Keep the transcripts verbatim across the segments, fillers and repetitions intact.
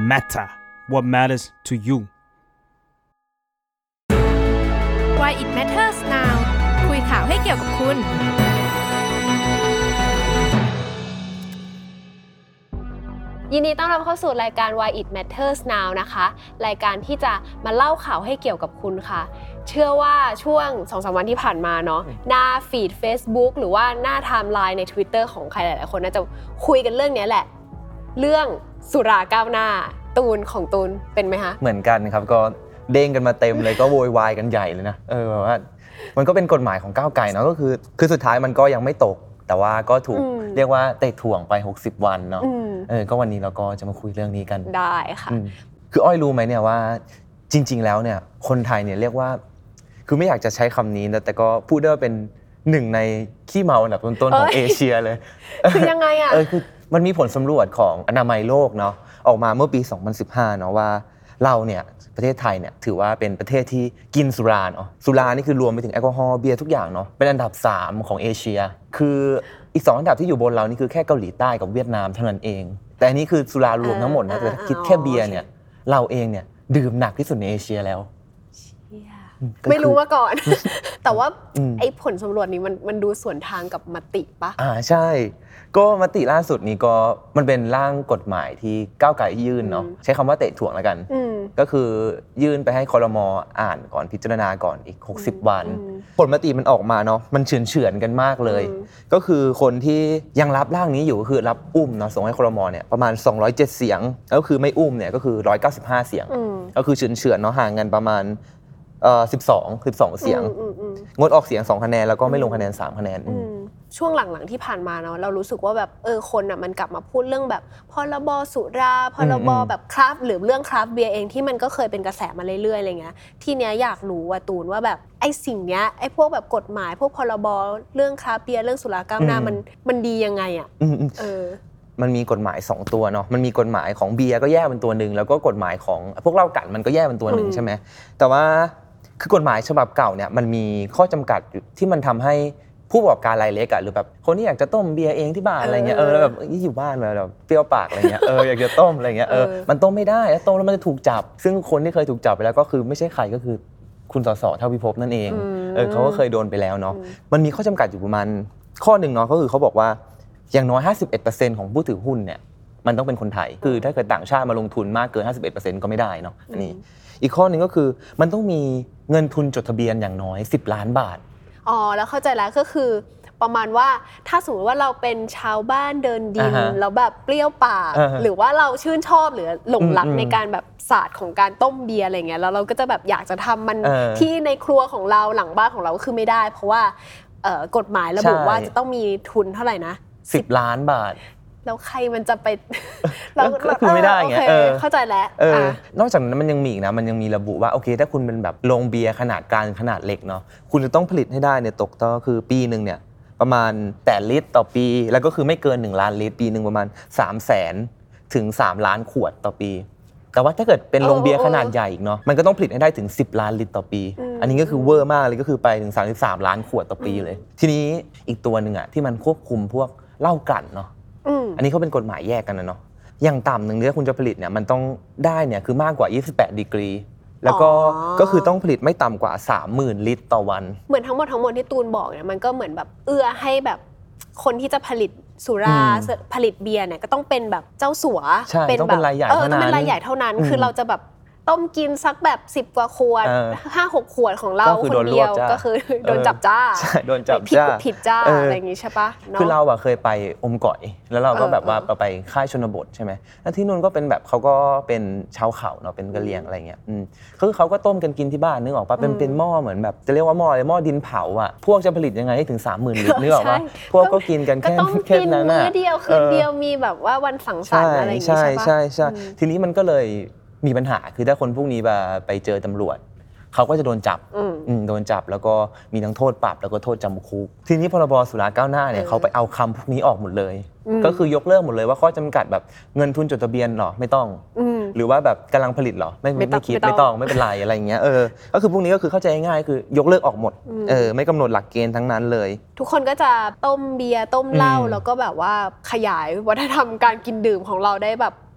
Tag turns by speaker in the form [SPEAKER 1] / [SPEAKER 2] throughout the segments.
[SPEAKER 1] matter what matters to you
[SPEAKER 2] Why it matters now คุยข่าวให้เกี่ยวกับคุณ
[SPEAKER 3] ยินดีต้อนรับเข้าสู่รายการ Why it matters now นะคะรายการที่จะมาเล่าข่าวให้เกี่ยวกับคุณค่ะเชื่อว่าช่วง สองถึงสาม วันที่ผ่านมาเนาะหน้าฟีด Facebook หรือว่าหน้าไทม์ไลน์ใน Twitter ของใครหลายๆคนน่าจะคุยกันเรื่องนี้แหละเรื่องสุราก้าวหน้าตูนของตูนเป็นไหมคะ
[SPEAKER 4] เหมือนกันครับก็เด้งกันมาเต็มเลยก็โวยวายกันใหญ่เลยนะเออแบบว่ามันก็เป็นกฎหมายของก้าวไกลเนาะก็คือคือสุดท้ายมันก็ยังไม่ตกแต่ว่าก็ถูกเรียกว่าเตะถ่วงไปหกสิบวันเนาะเออก็วันนี้เราก็จะมาคุยเรื่องนี้กัน
[SPEAKER 3] ได้ค่ะ
[SPEAKER 4] คืออ้อยรู้ไหมเนี่ยว่าจริงๆแล้วเนี่ยคนไทยเนี่ยเรียกว่าคือไม่อยากจะใช้คำนี้นะแต่ก็พูดได้ว่าเป็นหนึ่งในขี้เมาอันดับต้นๆของเอเชียเลย
[SPEAKER 3] คือยังไงอ่ะ
[SPEAKER 4] เออคือมันมีผลสำรวจของอนามัยโลกเนาะออกมาเมื่อปีสองพันสิบห้าเนาะว่าเราเนี่ยประเทศไทยเนี่ยถือว่าเป็นประเทศที่กินสุราเนาะสุรานี่คือรวมไปถึงแอลกอฮอล์เบียร์ทุกอย่างเนาะเป็นอันดับสามของเอเชียคืออีกสองอันดับที่อยู่บนเรานี่คือแค่เกาหลีใต้กับเวียดนามเท่านั้นเองแต่อันนี้คือสุรารวมทั้งหมดนะแต่คิดแค่เบียร์เนี่ยเราเองเนี่ยดื่มหนักที่สุดในเอเชียแล้ว
[SPEAKER 3] ไม่รู้มาก่อนแต่ว่าไอ้ผลสำรวจนี้มันมันดูสวนทางกับมติปะ
[SPEAKER 4] อ่าใช่ก็มติล่าสุดนี้ก็มันเป็นร่างกฎหมายที่ก้าวไกลยื่นเนาะใช้คำว่าเตะถ่วงแล้วกันก็คือยื่นไปให้ครม.อ่านก่อนพิจารณาก่อนอีกหกสิบวันผลมติมันออกมาเนาะมันเฉือนๆกันมากเลยก็คือคนที่ยังรับร่างนี้อยู่ก็คือรับอุ้มเนาะส่งให้ครม.เนี่ยประมาณสองร้อยเจ็ดเสียงแล้วคือไม่อุ้มเนี่ยก็คือหนึ่งร้อยเก้าสิบห้าเสียงก็คือเฉือนๆเนาะห่างกันประมาณเอ่อสิบสอง สิบสองเสียงงดออกเสียงสองคะแนนแล้วก็ไม่ลงคะแนนสามคะแนน
[SPEAKER 3] ช่วงหลังๆที่ผ่านมาเนาะเรารู้สึกว่าแบบเออคนน่ะมันกลับมาพูดเรื่องแบบพรบสุราพรบแบบคราฟหรือเรื่องคราฟเบียร์เองที่มันก็เคยเป็นกระแสมาเรื่อยๆอะไรเงี้ยทีเนี้ยอยากรู้ว่าตูนว่าแบบไอ้สิ่งเนี้ยไอ้พวกแบบกฎหมายพวกพรบเรื่องคราฟเบียร์เรื่องสุราก้าวหน้ามันมันดียังไงอ่ะเออ
[SPEAKER 4] มันมีกฎหมายสองตัวเนาะมันมีกฎหมายของเบียร์ก็แยกเป็นตัวนึงแล้วก็กฎหมายของพวกเหล้ากั่นมันก็แยกเป็นตัวนึงใช่มั้ยแต่ว่าคือกฎหมายฉบับเก่าเนี่ยมันมีข้อจำกัดที่มันทำให้ผู้ประกอบการรายเล็กอ่ะหรือแบบคนที่อยากจะต้มเบียร์เองที่บ้านอะไรเงี้ยเออแล้วแบบอยู่บ้านแบบเปรี้ยวปากอะไรเงี้ยเอออยากจะต้มอะไรเงี้ยเออมันต้มไม่ได้แล้วต้มแล้วมันจะถูกจับซึ่งคนที่เคยถูกจับไปแล้วก็คือไม่ใช่ใครก็คือคุณสสเท่าพิภพนั่นเองเออเขาก็เคยโดนไปแล้วเนาะมันมีข้อจำกัดอยู่ประมาณข้อนึงเนาะก็คือเขาบอกว่าอย่างน้อย ห้าสิบเอ็ดเปอร์เซ็นต์ ของผู้ถือหุ้นเนี่ยมันต้องเป็นคนไทยคือถ้าเกิดต่างชาติมาลงทุนมากเกิน ห้าสิบเอ็ดเปอร์เซ็นต์ ก็ไม่ได้เนาะอันนี้อีกข้อนึงก็คือมันต้องมีเงินทุนจดทะเบียนอย่างน้อยสิบล้านบาท
[SPEAKER 3] อ๋อแล้วเข้าใจแล้วก็คือประมาณว่าถ้าสมมติว่าเราเป็นชาวบ้านเดินดินแล้วแบบเปรี้ยวปากหรือว่าเราชื่นชอบหรือหลงรักในการแบบศาสตร์ของการต้มเบียร์อะไรเงี้ยแล้วเราก็จะแบบอยากจะทำมันที่ในครัวของเราหลังบ้านของเราก็คือไม่ได้เพราะว่ากฎหมายระบุว่าจะต้องมีทุนเท่าไหร่นะ
[SPEAKER 4] สิบล้านบาท
[SPEAKER 3] แล้วใครมันจะไป
[SPEAKER 4] เราก็คือไม่ได้ไงเออ
[SPEAKER 3] เข้าใจแล้ว
[SPEAKER 4] เออนอกจากนั้นมันยังมีอีกนะมันยังมีระบุว่าโอเคถ้าคุณเป็นแบบโรงเบียร์ขนาดกลางขนาดเล็กเนาะคุณจะต้องผลิตให้ได้เนี่ยตกก็คือปีนึงเนี่ยประมาณแปดลิตรต่อปีแล้วก็คือไม่เกินหนึ่งล้านลิตรปีนึงประมาณ สามแสน ถึงสามล้านขวดต่อปีแต่ว่าถ้าเกิดเป็นโรงเบียร์ขนาดใหญ่อีกเนาะมันก็ต้องผลิตให้ได้ถึงสิบล้านลิตรต่อปีอันนี้ก็คือเวอร์มากเลยก็คือไปถึงสามสิบสามล้านขวดต่อปีเลยทีนี้อีกตัวนึงอ่ะที่มันควบคุมพวกเหล้ากั่นเนาะอันนี้เขาเป็นกฎหมายแยกกันนะเนาะอย่างต่ำนึงที่คุณจะผลิตเนี่ยมันต้องได้เนี่ยคือมากกว่ายี่สิบแปดดีกรีแล้วก็ก็คือต้องผลิตไม่ต่ำกว่า สามหมื่น ลิตรต่อวัน
[SPEAKER 3] เหมือนทั้งหมดทั้งมวลที่ตูนบอกเนี่ยมันก็เหมือนแบบเอื้อให้แบบคนที่จะผลิตสุราผลิตเบียร์เนี่ยก็ต้องเป็นแบบเจ้าสัว
[SPEAKER 4] เป็นแบบเออ
[SPEAKER 3] ต้องเป็นรายใหญ่เท่านั้นคือเราจะแบบต้มกินสักแบบสิบกว่าขวด ห้าหก ขวดของเราคนเดียวก็คือโดนจับจ้า
[SPEAKER 4] ใช่โดนจับจ้า
[SPEAKER 3] ผิดจ้าอะไรอย่างงี้ใช่ปะ
[SPEAKER 4] คือเราอ่ะเคยไปอมก๋อยแล้วเราก็แบบว่าไปค่ายชนบทใช่มั้ยแล้วที่นู่นก็เป็นแบบเขาก็เป็นชาวเขาเนาะเป็นกะเหรี่ยงอะไรเงี้ยอืมคือเขาก็ต้มกันกินที่บ้านนึกออกป่ะเป็นเป็นหม้อเหมือนแบบจะเรียกว่าหม้ออะไรหม้อดินเผาอ่ะพวกจะผลิตยังไงให้ถึง สามหมื่น ลิตรนึกออกป่ะพวกก็กินกันแค่
[SPEAKER 3] แค่นั้นน่ะมื้อเดียวคืนเดียวมีแบบว่าวันสังสรรค์อะไรอย่างงี้ใช่ป่ะ
[SPEAKER 4] ใช่ๆๆทีนี้มันก็เลยมีปัญหาคือถ้าคนพวกนี้มาไปเจอตำรวจเขาก็จะโดนจับโดนจับแล้วก็มีทั้งโทษปรับแล้วก็โทษจำคุกทีนี้พรบสุราก้าวหน้าเนี่ยเขาไปเอาคำพวกนี้ออกหมดเลยก็คือยกเลิกหมดเลยว่าข้อจำกัดแบบเงินทุนจดทะเบียนหรอไม่ต้องหรือว่าแบบกำลังผลิตหรอไม่ไม่คิดไม่ต้องไม่เป็นไรอะไรอย่างเงี้ยเออก็คือพวกนี้ก็คือเข้าใจง่ายๆคือยกเลิกออกหมดเออไม่กำหนดหลักเกณฑ์ทั้งนั้นเลย
[SPEAKER 3] ทุกคนก็จะต้มเบียร์ต้มเหล้าแล้วก็แบบว่าขยายวัฒนธรรมการกินดื่มของเราได้แบบก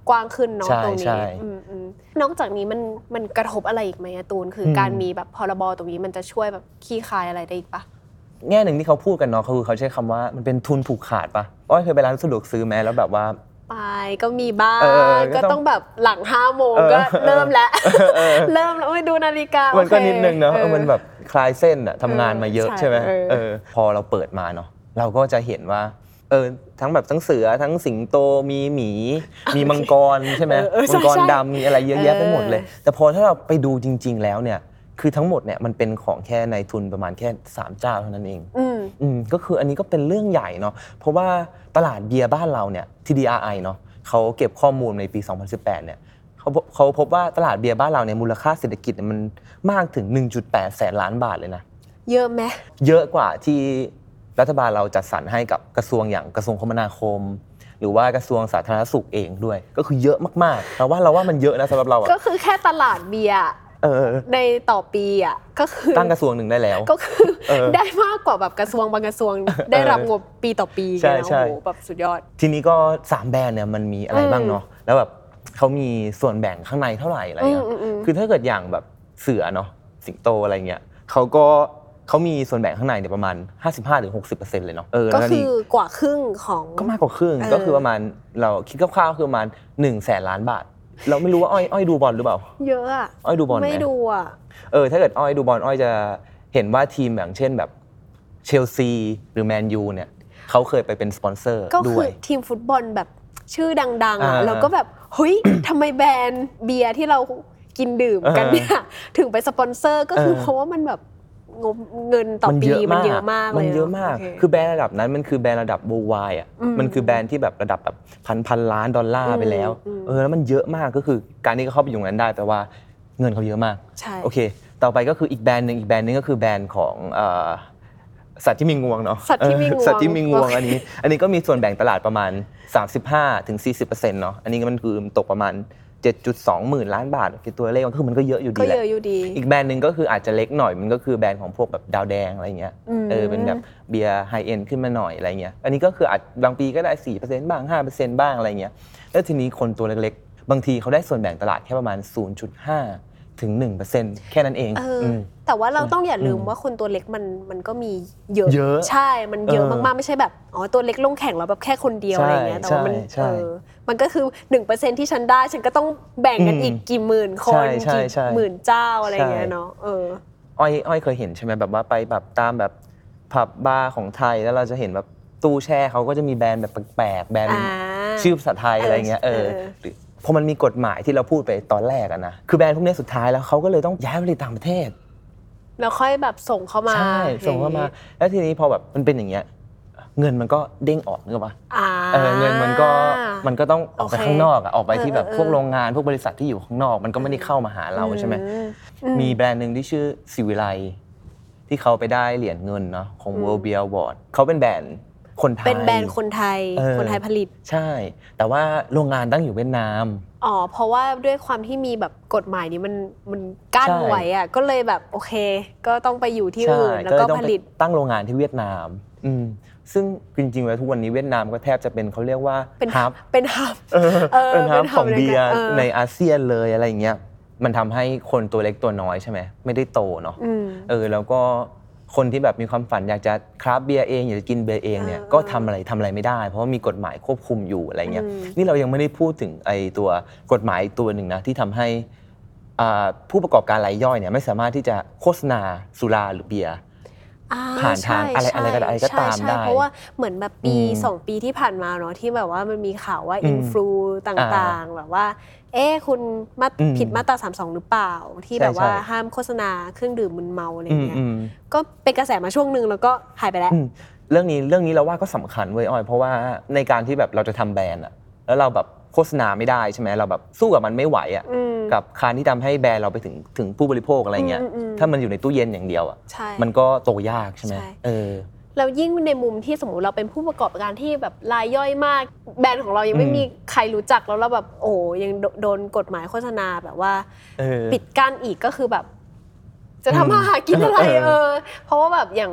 [SPEAKER 3] กว้างขึ้นเนาะตรงนี้
[SPEAKER 4] ใช่
[SPEAKER 3] นอกจากนี้มันมันกระทบอะไรอีกไหมตูนคือการมีแบบพรบตรงนี้มันจะช่วยแบบขี้คายอะไรได้อีกปะ
[SPEAKER 4] แง่หนึ่งที่เขาพูดกันเนาะคือเขาใช้คำว่ามันเป็นทุนผูกขาดปะอ้อยเคยไปร้านสะดวกซื้อแม้แล้วแบบว่า
[SPEAKER 3] ไปก็มีบ้างก็ต้องแบบหลังห้าโมงก็เริ่มแล้วเริ่มแล้วไปดูนาฬิกา
[SPEAKER 4] มันก็นิดนึงเนาะมันแบบคลายเส้นอะทำงานมาเยอะใช่ไหมเออพอเราเปิดมาเนาะเราก็จะเห็นว่าเออทั้งแบบทั้งเสือทั้งสิงโตมีหมีมีมังกรใช่ไหมมังกรดำมีอะไรเยอะแยะไปหมดเลยแต่พอถ้าเราไปดูจริงๆแล้วเนี่ยคือทั้งหมดเนี่ยมันเป็นของแค่ในทุนประมาณแค่สามเจ้าเท่านั้นเองอืมก็คืออันนี้ก็เป็นเรื่องใหญ่เนาะเพราะว่าตลาดเบียร์บ้านเราเนี่ย ที ดี อาร์ ไอ เนาะเขาเก็บข้อมูลในปีสองพันสิบแปดเนี่ยเขาเขาพบว่าตลาดเบียร์บ้านเราเนี่ยมูลค่าเศรษฐกิจมันมากถึง หนึ่งจุดแปด แสนล้านบาทเลยนะ
[SPEAKER 3] เยอะไหม
[SPEAKER 4] เยอะกว่าที่รัฐบาลเราจัดสรรให้กับกระทรวงอย่างกระทรวงคมนาคมหรือว่ากระทรวงสาธารณสุขเองด้วยก็คือเยอะมากๆเราว่าเราว่ามันเยอะนะสำหรับเราอ่ะ
[SPEAKER 3] ก็คือแค่ตลาดเบียร์ในต่อปีอ่ะก็คือ
[SPEAKER 4] ตั้งกระทรวงหนึ่งได้แล้ว
[SPEAKER 3] ก็คือได้มากกว่าแบบกระทรวงบางกระทรวงได้รับงบปีต่อปีเลยนะโอ้โหแบบสุดยอด
[SPEAKER 4] ทีนี้ก็สามแบรนด์เนี่ยมันมีอะไรบ้างเนาะแล้วแบบเขามีส่วนแบ่งข้างในเท่าไหร่อะไรเงี้ยคือถ้าเกิดอย่างแบบเสือเนาะสิงโตอะไรเงี้ยเขาก็เขามีส่วนแบ่งข้างในเนี่ยประมาณ ห้าสิบห้าถึงหกสิบเปอร์เซ็นต์ เลยเนาะเออ
[SPEAKER 3] ก็คือกว่าครึ่งของ
[SPEAKER 4] ก็มากกว่าครึ่งก็คือประมาณเราคิดคร่าวๆคือประมาณ หนึ่งแสน ล้านบาทเราไม่รู้ว่าอ้อยอ้อยดูบอลหรือเปล่า
[SPEAKER 3] เยอะอ่ะ
[SPEAKER 4] อ้อยดูบอลมั้ย
[SPEAKER 3] ไม่ดูอ่ะ
[SPEAKER 4] เออถ้าเกิดอ้อยดูบอลอ้อยจะเห็นว่าทีมอย่างเช่นแบบเชลซีหรือแมนยูเนี่ยเขาเคยไปเป็นสปอนเซอร์ด้วยก็คือ
[SPEAKER 3] ทีมฟุตบอลแบบชื่อดังๆอ่ะแล้วก็แบบเฮ้ยทำไมแบรนด์เบียร์ที่เรากินดื่มกันเนี่ยถึงไปสปอนเซอร์ก็คือเพราะว่ามันแบบเงินต่อปีมันเยอะมากเลย
[SPEAKER 4] มันเยอะมากคือแบรนด์ระดับนั้นมันคือแบรนด์ระดับ worldwide อ่ะมันคือแบรนด์ที่แบบระดับแบบพันๆล้านดอลลาร์ไปแล้วเออแล้วมันเยอะมากก็คือการที่เขาเข้าไปอยู่นั้นได้แปลว่าเงินเขาเยอะมากโอเคต่อไปก็คืออีกแบรนด์นึงอีกแบรนด์นึงก็คือแบรนด์ของเอ่อสัตว์ที่มีงวงเนาะ
[SPEAKER 3] สัตว์ที่มีงวง
[SPEAKER 4] สัตว์ที่มีงวงอันนี้อันนี้ก็มีส่วนแบ่งตลาดประมาณ สามสิบห้าถึงสี่สิบเปอร์เซ็นต์ เนาะอันนี้มันคือตกประมาณเจ็ดจุดสอง หมื่นล้านบาทคือตัวเลขมันคือมันก็เยอะอยู่ดีแหละก็
[SPEAKER 3] เยอะอยู่ดี
[SPEAKER 4] อีกแบรนด์นึงก็คืออาจจะเล็กหน่อยมันก็คือแบรนด์ของพวกแบบดาวแดงอะไรเงี้ยเออเป็นแบบเบียร์ไฮเอ็นด์ขึ้นมาหน่อยอะไรเงี้ยอันนี้ก็คืออาจบางปีก็ได้ สี่เปอร์เซ็นต์ บ้าง ห้าเปอร์เซ็นต์ บ้างอะไรเงี้ยแล้วทีนี้คนตัวเล็กๆบางทีเขาได้ส่วนแบ่งตลาดแค่ประมาณ ศูนย์จุดห้า ถึง หนึ่งเปอร์เซ็นต์ แค่นั้นเอง
[SPEAKER 3] แต่ว่าเราต้องอย่าลืมว่าคนตัวเล็กมันมันก็มีเยอะใช่มันเยอะมากๆไม่ใช่แบบอ๋อตัวเล็กลงแข่งแล้วแบบแค่คนเดียวอะไรเงี้ยแต่ว่ามันเออมันก็คือ หนึ่งเปอร์เซ็นต์ ที่ฉันได้ฉันก็ต้องแบ่งกันอีกกี่หมื่นคนกี่หมื่นเจ้าอะไรเงี้ยเนาะเออ
[SPEAKER 4] อ้อยอ้อยเคยเห็นใช่มั้ยแบบว่าไปแบบตามแบบผับบาร์ของไทยแล้วเราจะเห็นแบบตู้แช่เขาก็จะมีแบรนด์แบบแปลกๆแบรนด์ชื่อภาษาไทยอะไรเงี้ยเออพอมันมีกฎหมายที่เราพูดไปตอนแรกอะนะคือแบรนด์พวกนี้สุดท้ายแล้วเขาก็เลยต้องย้ายไปผลิตต่างประเทศ
[SPEAKER 3] แล้วค่อยแบบส่งเข้ามา
[SPEAKER 4] ใช่ส่งเข้ามาแล้วทีนี้พอแบบมันเป็นอย่างเงี้ยเงินมันก็เด้งออกนึกป่ะเออเงินมันก็มันก็ต้องออกไปข้างนอกอ่ะออกไปที่แบบพวกโรงงานพวกบริษัทที่อยู่ข้างนอกมันก็ไม่ได้เข้ามาหาเราใช่ไหมมีแบรนด์นึงที่ชื่อศิวิไลที่เขาไปได้เหรียญเงินเนาะของ World Beer Award เขาเป็นแบรนด์คนไทย
[SPEAKER 3] เป็นแบรนด์คนไทยคนไทยผลิต
[SPEAKER 4] ใช่แต่ว่าโรงงานตั้งอยู่เวียดนาม
[SPEAKER 3] อ๋อเพราะว่าด้วยความที่มีแบบกฎหมายนี้มันมันกั้นไว้อ่ะก็เลยแบบโอเคก็ต้องไปอยู่ที่อื่นแล้วก็ผลิต
[SPEAKER 4] ตั้งโรงงานที่เวียดนามอืมซึ่งจริงๆแล้วทุกวันนี้เวียดนามก็แทบจะเป็นเขาเรียกว่า
[SPEAKER 3] ฮับเป็นฮับ
[SPEAKER 4] เป็นฮับของเบียร์ในอาเซียนเลยอะไรอย่างเงี้ยมันทำให้คนตัวเล็กตัวน้อยใช่ไหมไม่ได้โตเนาะเออแล้วก็คนที่แบบมีความฝันอยากจะคราฟต์เบียร์เองอยากจะกินเบียร์เองเนี่ยก็ทำอะไรทำอะไรไม่ได้เพราะว่ามีกฎหมายควบคุมอยู่อะไรเงี้ยนี่เรายังไม่ได้พูดถึงไอ้ตัวกฎหมายตัวหนึ่งนะที่ทำให้ผู้ประกอบการรายย่อยเนี่ยไม่สามารถที่จะโฆษณาสุราหรือเบียร์ผ่านทางอะไรอะไรก็ได้ก็ตามได้
[SPEAKER 3] เพราะว่าเหมือนแบบปีสองปีที่ผ่านมาเนาะที่แบบว่ามันมีข่าวว่าอินฟลูต่างๆแบบว่าเอ๊ะคุณมาผิดมาตราสามสิบสองหรือเปล่าที่แบบว่าห้ามโฆษณาเครื่องดื่มมึนเมาอะไรเงี้ยก็เป็นกระแสมาช่วงนึงแล้วก็หายไปแล้ว
[SPEAKER 4] เรื่องนี้เรื่องนี้เราว่าก็สำคัญเว้ยอ้อยเพราะว่าในการที่แบบเราจะทำแบรนด์อะแล้วเราแบบโฆษณาไม่ได้ใช่ไหมเราแบบสู้กับมันไม่ไหวอ่ะกับการที่ทำให้แบรนด์เราไปถึงถึงผู้บริโภคอะไรเงี้ยถ้ามันอยู่ในตู้เย็นอย่างเดียวอ่ะมันก็โตยากใช่ไหมเออ
[SPEAKER 3] แล้วยิ่งในมุมที่สมมุติเราเป็นผู้ประกอบการที่แบบรายย่อยมากแบรนด์ของเรายังไม่มีใครรู้จักแล้วเราแบบโอ้ยังโดนกฎหมายโฆษณาแบบว่าปิดกั้นอีกก็คือแบบจะทำมาหากินอะไรเออเพราะว่าแบบอย่าง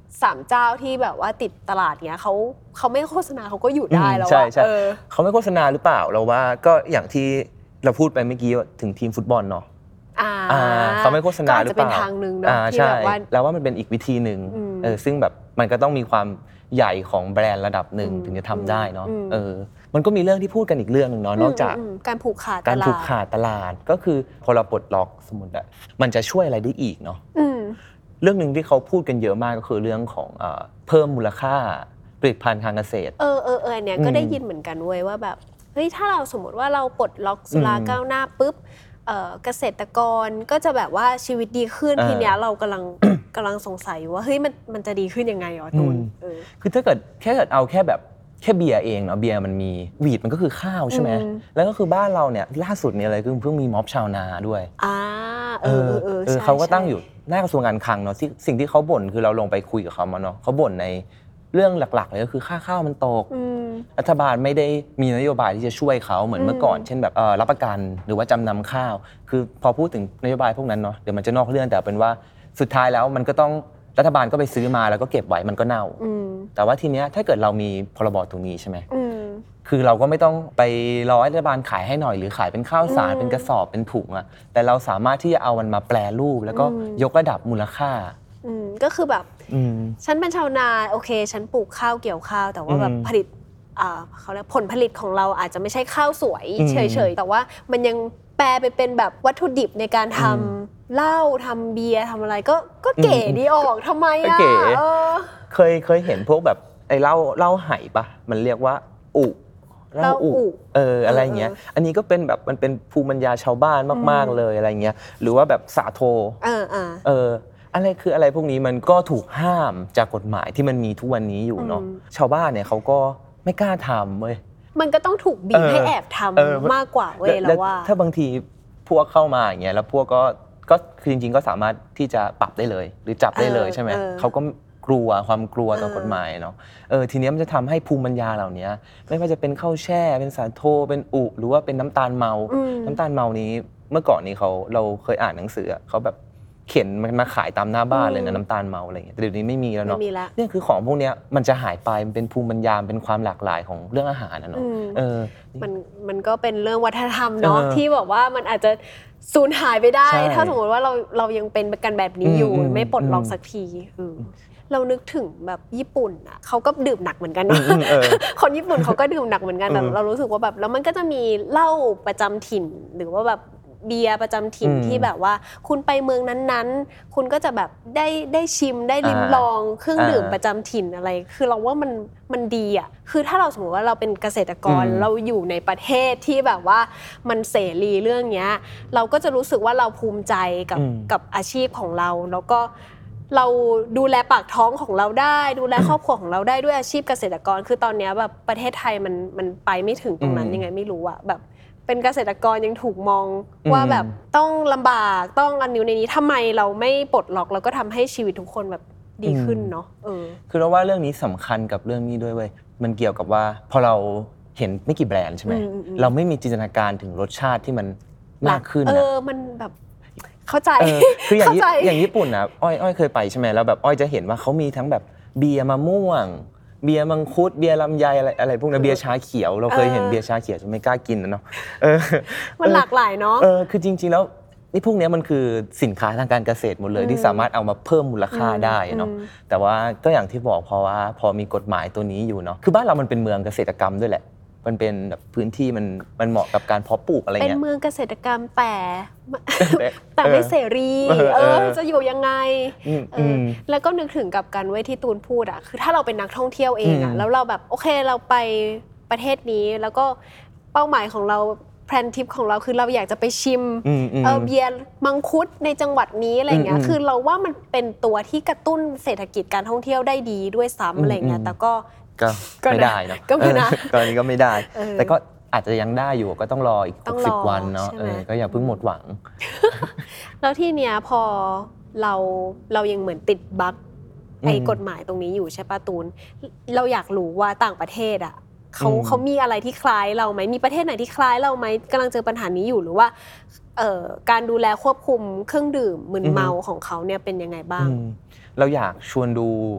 [SPEAKER 3] สามเจ้าที่แบบว่าติดตลาดเงี้ยเขาเขาไม่โฆษณาเขาก็อยู่ได้แล้ว
[SPEAKER 4] ใช่ใช่
[SPEAKER 3] เออ
[SPEAKER 4] เขาไม่โฆษณาหรือเปล่าเราว่าก็อย่างที่เราพูดไปเมื่อกี้ถึงทีมฟุตบอลเนาะ
[SPEAKER 3] อ่า
[SPEAKER 4] อ่าเขาไม่โฆษณาหรือเปล่า
[SPEAKER 3] ก็อาจจะเป็นทางนึงเนาะ
[SPEAKER 4] อ่า
[SPEAKER 3] ที่
[SPEAKER 4] ใช่
[SPEAKER 3] แบบว่า
[SPEAKER 4] แล้วว่ามันเป็นอีกวิธีหนึ่ง
[SPEAKER 3] อืม
[SPEAKER 4] เออซึ่งแบบมันก็ต้องมีความใหญ่ของแบรนด์ระดับหนึ่ง
[SPEAKER 3] อืม
[SPEAKER 4] ถึงจะทำได้เนาะ
[SPEAKER 3] อืม
[SPEAKER 4] เออมันก็มีเรื่องที่พูดกันอีกเรื่องหนึ่งเนาะนอกจาก
[SPEAKER 3] มมการผูกขาด
[SPEAKER 4] การ
[SPEAKER 3] ตล
[SPEAKER 4] ผูกขาดตลาดก็คือพอเราปลดล็อกสมมติอะมันจะช่วยอะไรได้อีกเนาะ
[SPEAKER 3] อืม
[SPEAKER 4] เรื่องหนึ่งที่เขาพูดกันเยอะมากก็คือเรื่องของเอ่อเพิ่มมูลค่าผลิตภัณฑ์ทางเกษตร
[SPEAKER 3] เออเออเออเนี่ย
[SPEAKER 4] อืม
[SPEAKER 3] ก็ได้ยินเหมือนกันเว้ยว่าแบบเฮ้ยถ้าเราสมมติว่าเราปลดล็อกสุรา
[SPEAKER 4] อืม
[SPEAKER 3] ก้าวหน้าปุ๊บเอ่อเกษตรกรก็จะแบบว่าชีวิตดีขึ้น
[SPEAKER 4] เออ
[SPEAKER 3] ทีเนี้ยเรากำลัง กำลังสงสัยอยู่ว่าเฮ้ยมันมันจะดีขึ้นยังไงอ๋อตูน
[SPEAKER 4] อืม
[SPEAKER 3] เออ
[SPEAKER 4] คือถ้าเกิดแค่เกิดเอาแค่แบบแค่เบียร์เองเนาะเบียร์มันมีวีดมันก็คือข้าวใช่ไหม
[SPEAKER 3] อืม
[SPEAKER 4] แล้วก็คือบ้านเราเนี่ยล่าสุดเนี่ยอะไรคือเพิ่งมีม็อบชาวนาด้วย
[SPEAKER 3] อ่าเออเออเออ
[SPEAKER 4] เออ
[SPEAKER 3] ใช่
[SPEAKER 4] เขาก็ตั้ง
[SPEAKER 3] ใช่
[SPEAKER 4] อยู่หน้ากระทรวงการคลังเนาะที่สิ่งที่เขาบ่นคือเราลงไปคุยกับเขามาเนาะเขาบ่นในเรื่องหลักๆเลยก็คือค่าข้าวมันตก
[SPEAKER 3] อืม
[SPEAKER 4] รัฐบาลไม่ได้มีนโยบายที่จะช่วยเขาเหมือน
[SPEAKER 3] อืม
[SPEAKER 4] เมื่อก่อน เช่นแบบเอ่อรับประกันหรือว่าจำนำข้าว คือพอพูดถึงนโยบายพวกนั้นเนาะเดี๋ยวมันจะนอกเรื่องแต่เป็นว่าสุดท้ายแล้วมันก็ต้องรัฐบาลก็ไปซื้อมาแล้วก็เก็บไว้มันก็เน่า
[SPEAKER 3] อืม
[SPEAKER 4] แต่ว่าทีเนี้ยถ้าเกิดเรามีพรบตรงนี้ใช่ไหม
[SPEAKER 3] อืม
[SPEAKER 4] คือเราก็ไม่ต้องไปรอให้รัฐบาลขายให้หน่อยหรือขายเป็นข้าวสาร
[SPEAKER 3] อืม
[SPEAKER 4] เป็นกระสอบเป็นถุงอะแต่เราสามารถที่จะเอามันมาแปรรูปแล้วก็
[SPEAKER 3] อืม
[SPEAKER 4] ยกระดับมูลค่า
[SPEAKER 3] อืมก็คือแบบ
[SPEAKER 4] อืม
[SPEAKER 3] ฉันเป็นชาวนาโอเค ฉันปลูกข้าวเกี่ยวข้าว แต่ว่าแบบ
[SPEAKER 4] อืม
[SPEAKER 3] ผลิตอ่าเขาเรียกผลผลิตของเราอาจจะไม่ใช่ข้าวสวย
[SPEAKER 4] อืม
[SPEAKER 3] เฉยๆแต่ว่ามันยังแปลไปเป็นแบบวัตถุดิบในการทำ
[SPEAKER 4] อืม
[SPEAKER 3] เหล้าทำเบียร์ทำอะไรก็ก็เก๋
[SPEAKER 4] อืม
[SPEAKER 3] ดีออกทำไมอ่ะ
[SPEAKER 4] เก๋
[SPEAKER 3] เออ
[SPEAKER 4] เคยเคยเห็นพวกแบบไอ้เหล้าเหล้าไหปะมันเรียกว่าอุเหล้าอุ
[SPEAKER 3] เหล้าอุ
[SPEAKER 4] เอออะไรเงี้ย
[SPEAKER 3] เออเออ
[SPEAKER 4] อันนี้ก็เป็นแบบมันเป็นภูมิปัญญาชาวบ้านมาก
[SPEAKER 3] อืม
[SPEAKER 4] ๆเลยอะไรเงี้ยหรือว่าแบบสาโท
[SPEAKER 3] เออเออ
[SPEAKER 4] เอออะไรคืออะไรพวกนี้มันก็ถูกห้ามจากกฎหมายที่มันมีทุกวันนี้อยู่เนาะ
[SPEAKER 3] อืม
[SPEAKER 4] ชาวบ้านเนี่ยเขาก็ไม่กล้าทำเว้ย
[SPEAKER 3] มันก็ต้องถูกบีบ
[SPEAKER 4] เออ
[SPEAKER 3] ให้แอบท
[SPEAKER 4] เออ
[SPEAKER 3] ำมากกว่าเว้ย
[SPEAKER 4] แล้
[SPEAKER 3] แล้วว่า
[SPEAKER 4] ถ้าบางทีพวกเข้ามาอย่างเงี้ยแล้วพวกก็ก็คือจริงๆก็สามารถที่จะปรับได้เลย หรือจับได้เลย
[SPEAKER 3] เออ
[SPEAKER 4] ใช่ไหม
[SPEAKER 3] เออ
[SPEAKER 4] เขาก็กลัวความกลัวต่อ
[SPEAKER 3] เออ
[SPEAKER 4] กฎหมายเนาะเออทีเนี้ยมันจะทำให้ภูมิปัญญาเหล่านี้ไม่ว่าจะเป็นข้าวแช่เป็นสาโทเป็นอุหรือว่าเป็นน้ำตาลเมา
[SPEAKER 3] อืม
[SPEAKER 4] น้ำตาลเมานี้เมื่อก่อนนี้เขาเราเคยอ่านหนังสืออะเขาแบบเข็นมันมาขายตามหน้าบ้านเลยนะน้ำตาลเมาอะไรอย่างเงี้ยแต่เดี๋ยวนี้ไม่มีแล้ว
[SPEAKER 3] ไม่
[SPEAKER 4] เนาะ
[SPEAKER 3] มีละ
[SPEAKER 4] เนี่ยคือของพวกเนี้ยมันจะหายไปมันเป็นภูมิปัญญาเป็นความหลากหลายของเรื่องอาหารนะเนาะ
[SPEAKER 3] อืม
[SPEAKER 4] เออ
[SPEAKER 3] มันมันก็เป็นเรื่องวัฒนธรรมเนาะ
[SPEAKER 4] เออ
[SPEAKER 3] ที่แบบว่ามันอาจจะสูญหายไปได้
[SPEAKER 4] ใช่
[SPEAKER 3] ถ้าสมมติว่าเราเรายังเป็นกันแบบนี้อยู่
[SPEAKER 4] อืมอืม
[SPEAKER 3] ไม่ปลดล็อก
[SPEAKER 4] อืม
[SPEAKER 3] สักทีเออเรานึกถึงแบบญี่ปุ่นอ่ะเขาก็ดื่มหนักเหมือนกัน
[SPEAKER 4] อื
[SPEAKER 3] นะ
[SPEAKER 4] มอืมเออ
[SPEAKER 3] คนญี่ปุ่นเขาก็ดื่มหนักเหมือนกันแต่
[SPEAKER 4] อืม
[SPEAKER 3] เรารู้สึกว่าแบบแล้วมันก็จะมีเหล้าประจำถิ่น หรือว่าแบบเบียร์ประจำถิ่น
[SPEAKER 4] อืม
[SPEAKER 3] ที่แบบว่าคุณไปเมืองนั้นๆ คุณก็จะแบบได้ได้ชิมได้ลิ้ม
[SPEAKER 4] อ่า
[SPEAKER 3] ลองเครื่องดื่ม
[SPEAKER 4] อ่า
[SPEAKER 3] ประจำถิ่นอะไร คือเราว่ามันมันดีอ่ะคือถ้าเราสมมติว่าเราเป็นเกษตรกร
[SPEAKER 4] อืม
[SPEAKER 3] เราอยู่ในประเทศที่แบบว่ามันเสรีเรื่องเนี้ยเราก็จะรู้สึกว่าเราภูมิใจกับ
[SPEAKER 4] อืม
[SPEAKER 3] กับอาชีพของเราแล้วก็เราดูแลปากท้องของเราได้ ดูแลครอบครัวของเราได้ด้วยอาชีพเกษตรกร คือตอนเนี้ยแบบประเทศไทยมันมันไปไม่ถึงตรงนั้น
[SPEAKER 4] อืม
[SPEAKER 3] ยังไงไม่รู้อะแบบเป็นเกษตรกรยังถูกมอง
[SPEAKER 4] อืม
[SPEAKER 3] ว่าแบบต้องลำบากต้องอันนิ้วในนี้ทำไมเราไม่ปลดล็อกแล้วก็ทำให้ชีวิตทุกคนแบบดีขึ้นเนาะเออ
[SPEAKER 4] คือเราว่าเรื่องนี้สำคัญกับเรื่องนี้ด้วยเว้ย มันเกี่ยวกับว่าพอเราเห็นไม่กี่แบรนด์ใช่ไหม
[SPEAKER 3] อืมอืมอืม
[SPEAKER 4] เราไม่มีจินตนาการถึงรสชาติที่มันมากขึ้น
[SPEAKER 3] เอ
[SPEAKER 4] นะ
[SPEAKER 3] อมันแบบเข้าใจ
[SPEAKER 4] เออคืออย่าง
[SPEAKER 3] เข้า
[SPEAKER 4] ญี่
[SPEAKER 3] ใจ
[SPEAKER 4] อย่างญี่ปุ่นนะอ้อยอ้อยเคยไปใช่ไหมแล้วแบบอ้อยจะเห็นว่าเขามีทั้งแบบเบียร์มะม่วง เบียร์มังคุดเบียร์ลำไยอะไรอะไรพวกนั้นเบียร์ชาเขียวเราเคยเห็น
[SPEAKER 3] เออ
[SPEAKER 4] เบียร์ชาเขียวจะไม่กล้ากินนะเนาะเออ
[SPEAKER 3] มันหลากหลายเนาะ
[SPEAKER 4] เออคือจริงๆแล้วนี่พวกเนี้ยมันคือสินค้าทางการเกษตรหมดเลย
[SPEAKER 3] อืม
[SPEAKER 4] ที่สามารถเอามาเพิ่มมูลค่าได้เนาะ
[SPEAKER 3] อืม
[SPEAKER 4] แต่ว่าก็อย่างที่บอกเพราะว่าพอมีกฎหมายตัวนี้อยู่เนาะคือบ้านเรามันเป็นเมืองเกษตรกรรมด้วยแหละ มันเป็นแบบพื้นที่มันมันเหมาะกับการเพาะปลูกอะไร
[SPEAKER 3] เป็น
[SPEAKER 4] เงี้ย
[SPEAKER 3] เมืองเกษตรกรรมแต่
[SPEAKER 4] แต่
[SPEAKER 3] แต่ไม่เสรี
[SPEAKER 4] เออ
[SPEAKER 3] เอ
[SPEAKER 4] เออ
[SPEAKER 3] อจะอยู่ยังไง
[SPEAKER 4] อืม
[SPEAKER 3] เอ
[SPEAKER 4] อื
[SPEAKER 3] อ
[SPEAKER 4] ม
[SPEAKER 3] แล้วก็นึกถึงกับการไว้ที่ตูนพูดอ่ะคือถ้าเราเป็นนักท่องเที่ยวเองอ่ะ
[SPEAKER 4] อืม
[SPEAKER 3] แล้วเราแบบโอเคเราไปประเทศนี้แล้วก็เป้าหมายของเราแพลนทริปของเราคือเราอยากจะไปชิม
[SPEAKER 4] อืมอืม
[SPEAKER 3] เออเบียร์มังคุดในจังหวัดนี้อะไรเงี้ย
[SPEAKER 4] อืม
[SPEAKER 3] คือเราว่ามันเป็นตัวที่กระตุ้นเศรษฐกิจการท่องเที่ยวได้ดีด้วยซ้ำอะไรเงี้ย
[SPEAKER 4] อืม
[SPEAKER 3] แต่ก็
[SPEAKER 4] ก็
[SPEAKER 3] ก็
[SPEAKER 4] ไม่
[SPEAKER 3] นะ
[SPEAKER 4] ได้เนาะ
[SPEAKER 3] ก็ไม่นะ
[SPEAKER 4] เออตอนนี้ก็ไม่ได้
[SPEAKER 3] เออ
[SPEAKER 4] แต่ก็อาจจะยังได้อยู่ก็ต้องรออีก
[SPEAKER 3] ต้
[SPEAKER 4] ห
[SPEAKER 3] อง
[SPEAKER 4] ก
[SPEAKER 3] รอ
[SPEAKER 4] สิบวันเนาะ
[SPEAKER 3] ใช่
[SPEAKER 4] เอ
[SPEAKER 3] ไหม
[SPEAKER 4] อก็อย่าเพิ่งหมดหวัง
[SPEAKER 3] แล้วที่เนี้ยพอเราเรายังเหมือนติดบั๊กไอ้
[SPEAKER 4] อืม
[SPEAKER 3] กฎหมายตรงนี้อยู่ใช่ปะตูน เราอยากรู้ว่าต่างประเทศอ่ะเขา
[SPEAKER 4] อืม
[SPEAKER 3] เขามีอะไรที่คล้ายเราไหมมีประเทศไหนที่คล้ายเราไหมกำลังเจอปัญหานี้อยู่หรือว่าเอ่อการดูแลควบคุมเครื่องดื่มมึนเมาของเขาเนี่ยเป็นยังไงบ้าง
[SPEAKER 4] อืมเราอยากชวนดู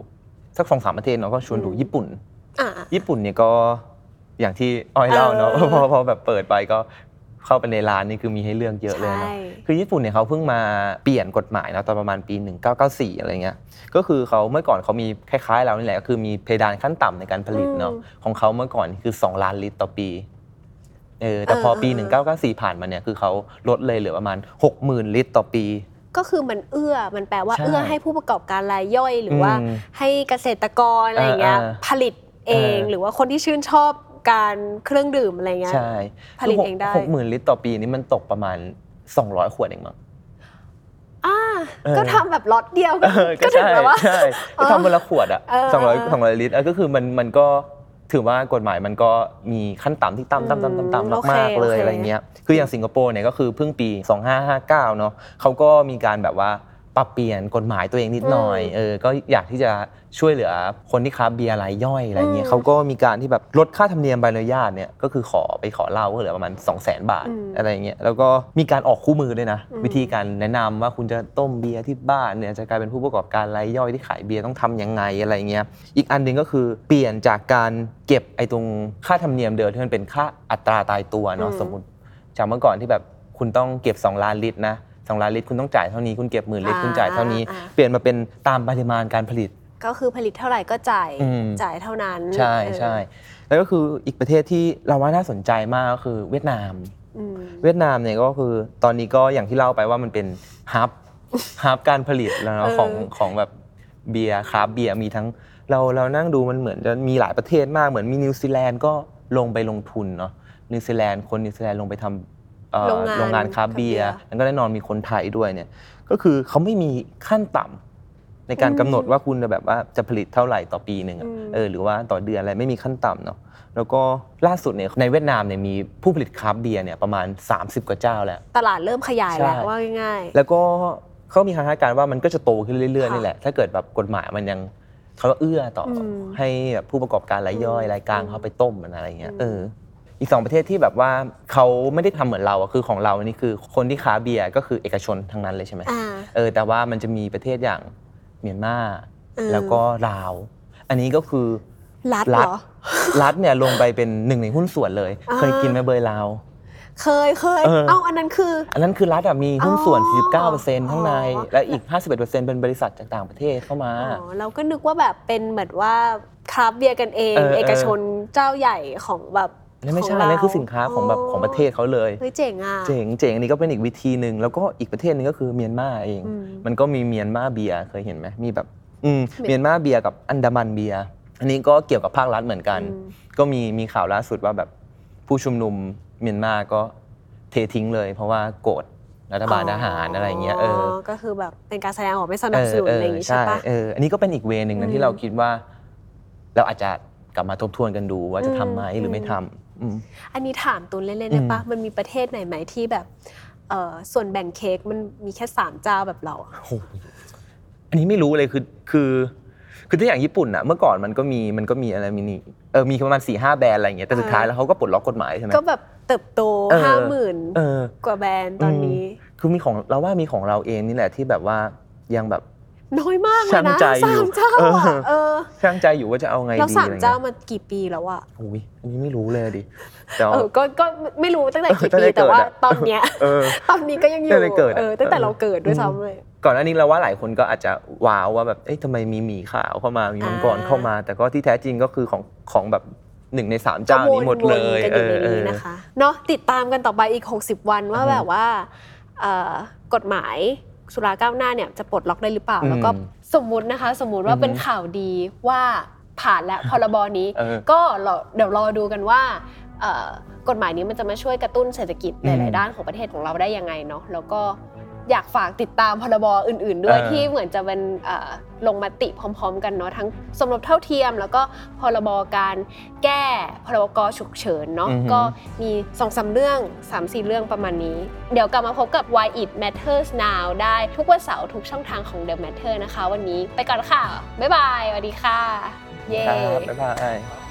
[SPEAKER 4] สัก สองสาม ประเทศเนาะก็ชวนดูญี่ปุ่น
[SPEAKER 3] อ่า
[SPEAKER 4] ญี่ปุ่นเนี่ยก็อย่างที่อ้อยเล่าเนาะ
[SPEAKER 3] เออ
[SPEAKER 4] พอพอแบบเปิดไปก็เข้าไปในร้านนี่คือมีให้เลือกเยอะเลยเนาะ
[SPEAKER 3] ใช่
[SPEAKER 4] คือญี่ปุ่นเนี่ยเขาเพิ่งมาเปลี่ยนกฎหมายเนาะตอนประมาณปีหนึ่งพันเก้าร้อยเก้าสิบสี่อะไรเงี้ยก็คือเขาเมื่อก่อนเขามีคล้ายๆเรานี่แหละก็คือมีเพดานขั้นต่ำในการผลิตเนาะของเขาเมื่อก่อนคือสองล้านลิตรต่อปีเออแต่พอปีหนึ่งพันเก้าร้อยเก้าสิบสี่ผ่านมาเนี่ยคือเขาลดเลยเหลือประมาณ หกหมื่น ลิตรต่อปี
[SPEAKER 3] ก็คือมันเอื้อมันแปลว่า
[SPEAKER 4] ใช่
[SPEAKER 3] เอื้อให้ผู้ประกอบการรายย่อยหรือว่า
[SPEAKER 4] อืม
[SPEAKER 3] ให้เกษตรกรอะไรอย่างเงี้ย
[SPEAKER 4] เออ
[SPEAKER 3] ผลิตเอง
[SPEAKER 4] เออ
[SPEAKER 3] หรือว่าคนที่ชื่นชอบการเครื่องดื่มอะไรเงี้ย
[SPEAKER 4] ใช่
[SPEAKER 3] ผลิตเองได้
[SPEAKER 4] หกหมื่นลิตรต่อปีนี่มันตกประมาณสองร้อยขวดเองมั้ง
[SPEAKER 3] อ่า
[SPEAKER 4] เออ
[SPEAKER 3] ก็ทำแบบล็อตเดียว
[SPEAKER 4] เออ
[SPEAKER 3] ก็ถึง
[SPEAKER 4] ใช่
[SPEAKER 3] แบบว่า
[SPEAKER 4] ใช่ก็ทำวันละขวดอ่ะ
[SPEAKER 3] เออ
[SPEAKER 4] สองร้อย
[SPEAKER 3] เออ
[SPEAKER 4] สองร้อยลิตรเออก็คือมันมันก็ถือว่ากฎหมายมันก็มีขั้นต่ำที่ต่ำต่ำต่ำต่ำต่ำ
[SPEAKER 3] โอเค
[SPEAKER 4] มากๆเลย
[SPEAKER 3] โอเค
[SPEAKER 4] อะไรเงี้ยคืออย่างสิงคโปร์เนี่ยก็คือเพิ่งปีสองพันห้าร้อยห้าสิบเก้าเนาะเขาก็มีการแบบว่าปรับเปลี่ยนกฎหมายตัวเองนิดหน่อยเออก็อยากที่จะช่วยเหลือคนที่ค้าเบียร์รายย่อยอะไรเงี้ยเขาก็มีการที่แบบลดค่าธรรมเนียมใบอนุญาตเนี่ยก็คือขอไปขอเหล้าก็เหลือประมาณ สองแสน บาทอะไรเงี้ยแล้วก็มีการออกคู่มือด้วยนะวิธีการแนะนำว่าคุณจะต้มเบียร์ที่บ้านเนี่ยจะกลายเป็นผู้ประกอบการรายย่อยที่ขายเบียร์ต้องทำยังไงอะไรเงี้ยอีกอันนึงก็คือเปลี่ยนจากการเก็บไอ้ตรงค่าธรรมเนียมเดิมที่มันเป็นค่าอัตราตายตัวเนาะสมมุติจากเมื่อก่อนที่แบบคุณต้องเก็บสองล้านลิตรนะสองล้านลิตรคุณต้องจ่ายเท่านี้คุณเก็บหมื่นลิตรคุณจ่ายเท่านี้เปลี่ยนมาเป็นตามปริมาณการผลิต
[SPEAKER 3] ก็คือผลิตเท่าไหร่ก็จ่าย
[SPEAKER 4] อืม
[SPEAKER 3] จ่ายเท่านั้น
[SPEAKER 4] ใช่ใช่แล้วก็คืออีกประเทศที่เราว่าน่าสนใจมากก็คือเวียดนาม
[SPEAKER 3] อืม
[SPEAKER 4] เวียดนามเนี่ยก็คือตอนนี้ก็อย่างที่เล่าไปว่ามันเป็นฮับ ฮับการผลิตแล้วเนาะของของแบบเบียร์คราฟต์เบียร์มีทั้งเราเรานั่งดูมันเหมือนจะมีหลายประเทศมากเหมือนมีนิวซีแลนด์ก็ลงไปลงทุนเนาะนิวซีแลนด์คนนิวซีแลนด์ลงไปทำเอ่อ
[SPEAKER 3] โรงงาน
[SPEAKER 4] โรงงานคราฟต์เบียร์แล้วก็แน่นอนมีคนไทยด้วยเนี่ยก็คือเขาไม่มีขั้นต่ำในการกำหนดว่าคุณจะแบบว่าจะผลิตเท่าไหร่ต่อปีหนึ่งอะเออหรือว่าต่อเดือนอะไรไม่มีขั้นต่ำเนาะแล้วก็ล่าสุดเนี่ยในเวียดนามเนี่ยมีผู้ผลิตคราฟต์เบียร์เนี่ยประมาณสามสิบกว่าเจ้าแล้ว
[SPEAKER 3] ตลาดเริ่มขยายแล้ว
[SPEAKER 4] ใช่
[SPEAKER 3] ว่าง่ายๆ
[SPEAKER 4] แล้วก็เขามีคาดการณ์ว่ามันก็จะโตขึ้นเรื่อยๆนี่แหละถ้าเกิดแบบกฎหมายมันยังเขาเอื้อต่ออ
[SPEAKER 3] ม
[SPEAKER 4] ให้แบบผู้ประกอบการรายย่อยรายกลางเขาไปต้มมันอะไรเงี้ยเอออีกสองประเทศที่แบบว่าเขาไม่ได้ทำเหมือนเราอะคือของเรานี่คือคนที่ค้าเบียร์ก็คือเอกชนทั้งนั้นเลยใช่ไหม
[SPEAKER 3] อ่า
[SPEAKER 4] เออแต่ว่ามันจะมีประเทศอย่างเมียนมา
[SPEAKER 3] เออ
[SPEAKER 4] แล้วก็ลาวอันนี้ก็คือ
[SPEAKER 3] รัฐเหรอ
[SPEAKER 4] รัฐเนี่ยลงไปเป็นหนึ่งในหุ้นส่วนเลย
[SPEAKER 3] อ่า
[SPEAKER 4] เคยกินไหมเบยลาว
[SPEAKER 3] เคยเคย
[SPEAKER 4] เออ
[SPEAKER 3] เอ้าอันนั้นคือ
[SPEAKER 4] อันนั้นคือรัฐอะมีหุ้นส่วน
[SPEAKER 3] อ๋อ
[SPEAKER 4] สี่สิบเก้าเปอร์เซ็นต์ ข้างใน
[SPEAKER 3] อ๋อ
[SPEAKER 4] และอีก ห้าสิบเอ็ดเปอร์เซ็นต์ เป็นบริษัทจากต่างประเทศเข้ามา
[SPEAKER 3] อ๋อเราก็นึกว่าแบบเป็นเหมือนว่าคราฟต์เบียร์กันเอง
[SPEAKER 4] เออเออ
[SPEAKER 3] เอกชนเจ้าใหญ่ของแบบ
[SPEAKER 4] นั่นไม่ใช่
[SPEAKER 3] ของเรา
[SPEAKER 4] นั่นคือสินค้าของแบบของประเทศเขาเลย
[SPEAKER 3] เฮ้ยเจ๋งอ่ะ
[SPEAKER 4] เจ๋งเจ๋งอันนี้ก็เป็นอีกวิธีหนึ่งแล้วก็อีกประเทศหนึงก็คือเมียนมาเอง
[SPEAKER 3] อืม
[SPEAKER 4] มันก็มีเมียนมาเบียร์เคยเห็นไหมมีแบบอืม
[SPEAKER 3] เมียน
[SPEAKER 4] เมียนมาเบียร์กับอันดามันเบียร์อันนี้ก็เกี่ยวกับภาครัฐเหมือนกัน
[SPEAKER 3] อืม
[SPEAKER 4] ก็มีมีข่าวล่าสุดว่าแบบผู้ชุมนุมเมียนมาก็เททิ้งเลย เพราะว่าโกรธรัฐบาลทหารอะไรเงี้ยเออ
[SPEAKER 3] ก็คือแบบเป็นการแสดงออกไม่สนับสนุนอะไรอย่างงี้ใช่ปะ
[SPEAKER 4] เอออันนี้ก็เป็นอีกเวนึง
[SPEAKER 3] อื
[SPEAKER 4] นะ
[SPEAKER 3] ม
[SPEAKER 4] ที่เราคิดว่า เราอาจจะกลับมาทบทวนกันดูว่าจะทำไหม
[SPEAKER 3] อืม
[SPEAKER 4] หรือไม่ทำอืม
[SPEAKER 3] อันนี้ถามตูนเล่นๆได้ปะ
[SPEAKER 4] อืม
[SPEAKER 3] มันมีประเทศไหนไหมที่แบบเอ่อส่วนแบ่งเค้กมันมีแค่สามเจ้าแบบเราอะ
[SPEAKER 4] โอ้โหอันนี้ไม่รู้เลยคือคือคือถ้าอย่างญี่ปุ่นอะเมื่อก่อนมันก็มีมันก็มีอะไรมินิเออมีประมาณ สี่ห้า แบรนด์อะไรอย่างเงี้ยแต่สุดท้ายแล้วเขาก็ปลดล็อกกฎหมายใช่ไหม
[SPEAKER 3] ก็แบบเติบโต
[SPEAKER 4] เออ
[SPEAKER 3] ห้าหมื่น
[SPEAKER 4] เออ
[SPEAKER 3] กว่าแบรนด์ตอนนี้
[SPEAKER 4] คือมีของเราว่ามีของเราเองนี่แหละที่แบบว่ายังแบบ
[SPEAKER 3] น้อยมากเลย
[SPEAKER 4] ช่าง
[SPEAKER 3] นะ
[SPEAKER 4] ใจอยู่
[SPEAKER 3] สามเจ้า
[SPEAKER 4] เออ
[SPEAKER 3] อะเออ
[SPEAKER 4] ช่างใจอยู่ว่าจะเอาไง
[SPEAKER 3] เรา
[SPEAKER 4] ดี
[SPEAKER 3] สาม
[SPEAKER 4] อะไร
[SPEAKER 3] เจ้า
[SPEAKER 4] เงี้ย
[SPEAKER 3] มากี่ปีแล้วอะ
[SPEAKER 4] โอ้ยอันนี้ไม่รู้เลยดิแต่
[SPEAKER 3] เออก็ก็ไม่รู้ตั้งแต่กี่
[SPEAKER 4] ตั้ง
[SPEAKER 3] ปี
[SPEAKER 4] แต่เกิด
[SPEAKER 3] แต่ว่า
[SPEAKER 4] อะ
[SPEAKER 3] ตอนเนี้ย
[SPEAKER 4] เออ
[SPEAKER 3] ตอนนี้ก็ยังอยู่
[SPEAKER 4] ตั้งแต่เกิดอะ
[SPEAKER 3] เออตั้งแต่
[SPEAKER 4] เออ
[SPEAKER 3] เราเกิดด้วยซ้ำเลย
[SPEAKER 4] ก่อนหน้านี้เราว่าหลายคนก็อาจจะว้าวว่าแบบเอ๊ะทำไมมีหมีขาวเข้ามามีมังกร
[SPEAKER 3] อ่า
[SPEAKER 4] เข้ามา แต่ก็ที่แท้จริงก็คือของของแบบหนึ่งในสามเจ้านี้หมดเลย
[SPEAKER 3] ก็วนๆกันอยู่ในนี้นะคะเนาะติดตามกันต่อไปอีกหกสิบวันว่า
[SPEAKER 4] อือฮึ
[SPEAKER 3] แบบว่าเอ่อกฎหมายสุราก้าวหน้าเนี่ยจะปลดล็อกได้หรือเปล่า
[SPEAKER 4] อืม
[SPEAKER 3] แล้วก็สมมุตินะคะ สมมุติว่า
[SPEAKER 4] อือฮึ
[SPEAKER 3] เป็นข่าวดีว่าผ่านแล้วพรบนี้
[SPEAKER 4] เออ
[SPEAKER 3] ก็รอเดี๋ยวรอดูกันว่าเอ่อกฎหมายนี้มันจะมาช่วยกระตุ้นเศรษฐกิจห
[SPEAKER 4] อื
[SPEAKER 3] ลาย
[SPEAKER 4] ม
[SPEAKER 3] ๆด้านของประเทศของเราได้ยังไงเนาะแล้วก็อยากฝากติดตามพรบอื่น ๆ ด้วย
[SPEAKER 4] เออ
[SPEAKER 3] ที่เหมือนจะเป็นเอ่อลงมติพร้อม ๆ กันเนาะทั้งสมรสเท่าเทียม แล้วก็พรบการแก้พรบกฉุกเฉินเนาะ
[SPEAKER 4] อือฮึ
[SPEAKER 3] ก็มี สองสาม เรื่อง สามสี่ เรื่องประมาณนี้ เดี๋ยวกลับมาพบกับ Why It Matters Now ได้ทุกวันเสาร์ทุกช่องทางของ The Matter นะคะ วันนี้ไปก่อนค่ะบ๊ายบายสวัสดีค่ะเย้
[SPEAKER 4] ครับบ๊ายบาย